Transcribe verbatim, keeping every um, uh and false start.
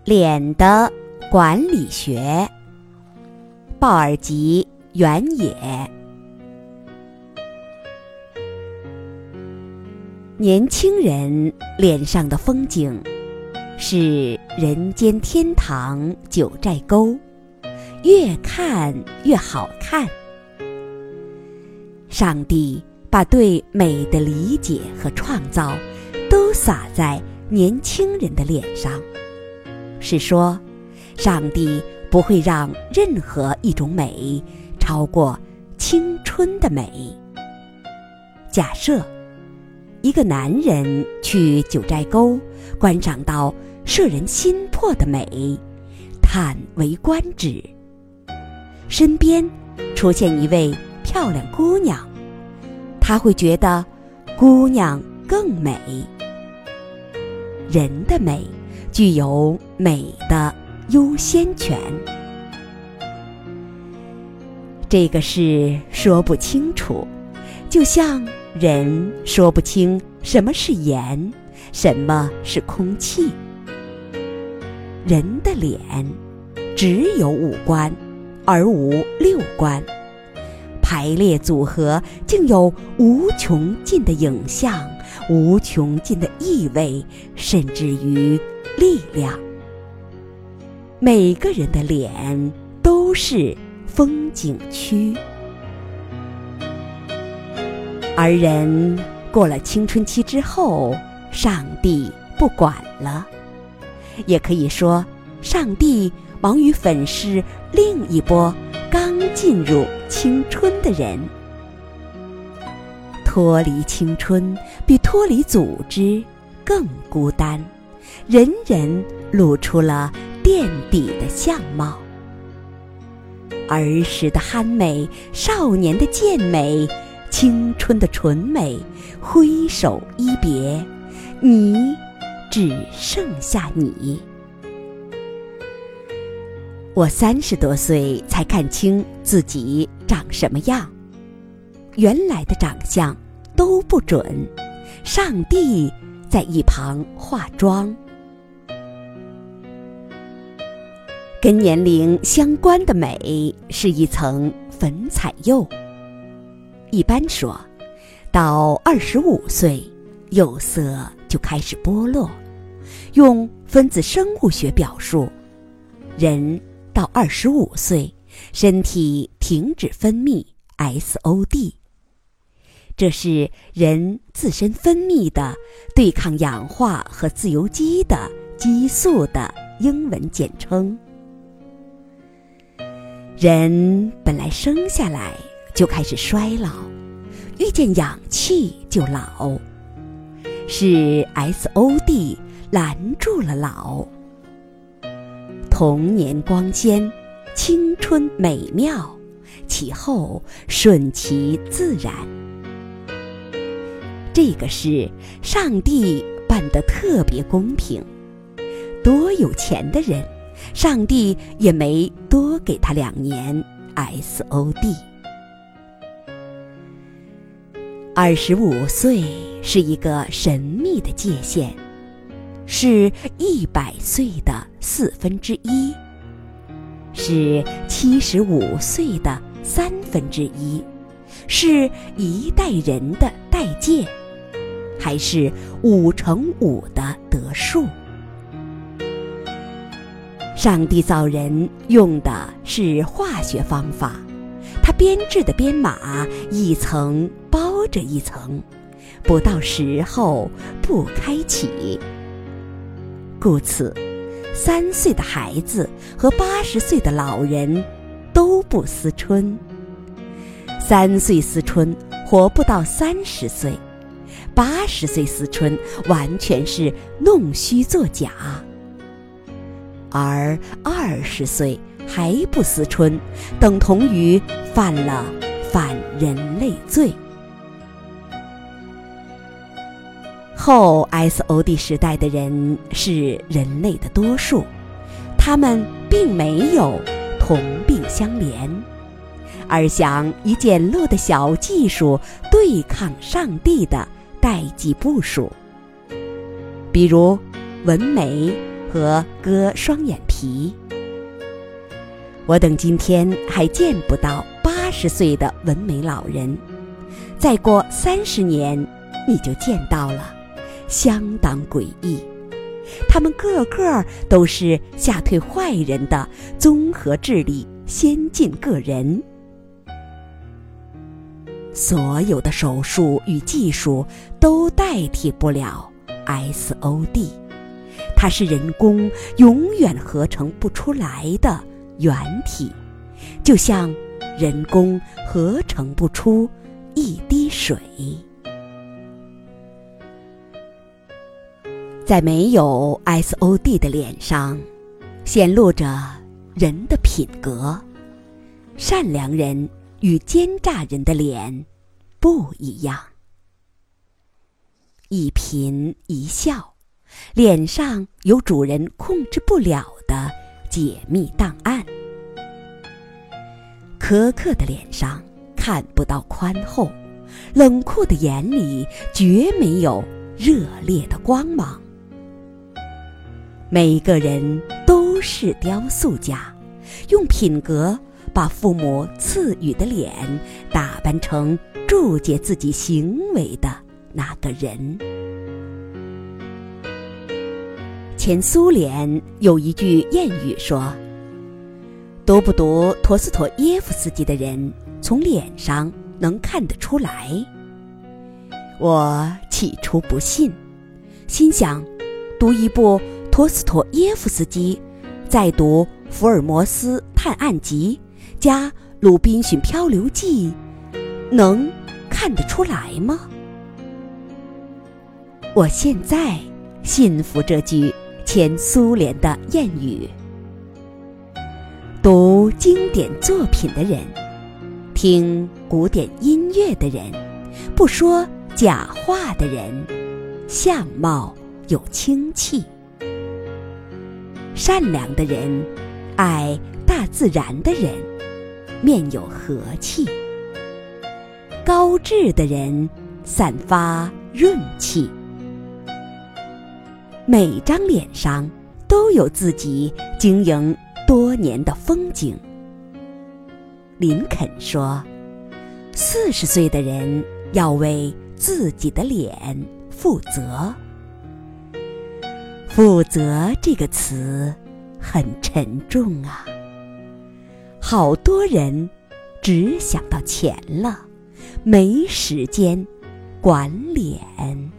脸的管理学，鲍尔吉原也。年轻人脸上的风景是人间天堂九寨沟，越看越好看。上帝把对美的理解和创造都洒在年轻人的脸上，是说上帝不会让任何一种美超过青春的美。假设一个男人去九寨沟观赏到摄人心魄的美，叹为观止，身边出现一位漂亮姑娘，他会觉得姑娘更美。人的美具有美的优先权，这个事说不清楚，就像人说不清什么是盐，什么是空气。人的脸只有五官，而无六官，排列组合竟有无穷尽的影像，无穷尽的意味，甚至于力量。每个人的脸都是风景区，而人过了青春期之后，上帝不管了。也可以说，上帝忙于粉饰另一波刚进入青春的人。脱离青春比脱离组织更孤单，人人露出了垫底的相貌。儿时的憨美，少年的健美，青春的纯美，挥手一别，你只剩下你。我三十多岁才看清自己长什么样，原来的长相都不准，上帝在一旁化妆。跟年龄相关的美是一层粉彩釉。一般说，到二十五岁，釉色就开始剥落。用分子生物学表述，人到二十五岁，身体停止分泌 S O D， 这是人自身分泌的对抗氧化和自由基的激素的英文简称。人本来生下来就开始衰老，遇见氧气就老，是 S O D 拦住了老。童年光鲜，青春美妙，其后顺其自然。这个事上帝办得特别公平，多有钱的人，上帝也没多给他两年 S O D。 二十五岁是一个神秘的界限，是一百岁的四分之一，是七十五岁的三分之一，是一代人的代界，还是五乘五的得数？上帝造人用的是化学方法，他编制的编码一层包着一层，不到时候不开启。故此，三岁的孩子和八十岁的老人都不思春。三岁思春活不到三十岁，八十岁思春完全是弄虚作假。而二十岁还不思春，等同于犯了反人类罪。后 S O D 时代的人是人类的多数，他们并没有同病相怜，而想以简陋的小技术对抗上帝的代际部署，比如纹眉、 和割双眼皮。我等今天还见不到八十岁的纹眉老人，再过三十年你就见到了，相当诡异。他们个个都是吓退坏人的综合智力先进个人。所有的手术与技术都代替不了 S O D， 它是人工永远合成不出来的原体，就像人工合成不出一滴水。在没有 S O D 的脸上，显露着人的品格。善良人与奸诈人的脸不一样。一颦一笑，脸上有主人控制不了的解密档案。苛刻的脸上看不到宽厚，冷酷的眼里绝没有热烈的光芒。每个人都是雕塑家，用品格把父母赐予的脸打扮成注解自己行为的那个人。前苏联有一句谚语说，读不读陀思妥耶夫斯基的人从脸上能看得出来。我起初不信，心想读一部陀思妥耶夫斯基，再读福尔摩斯探案集加鲁滨逊漂流记，能看得出来吗？我现在信服这句前苏联的谚语。读经典作品的人，听古典音乐的人，不说假话的人，相貌有清气。善良的人，爱大自然的人，面有和气。高智的人散发润气。每张脸上都有自己经营多年的风景。林肯说，四十岁的人要为自己的脸负责。负责这个词很沉重啊，好多人只想到钱了，没时间管脸。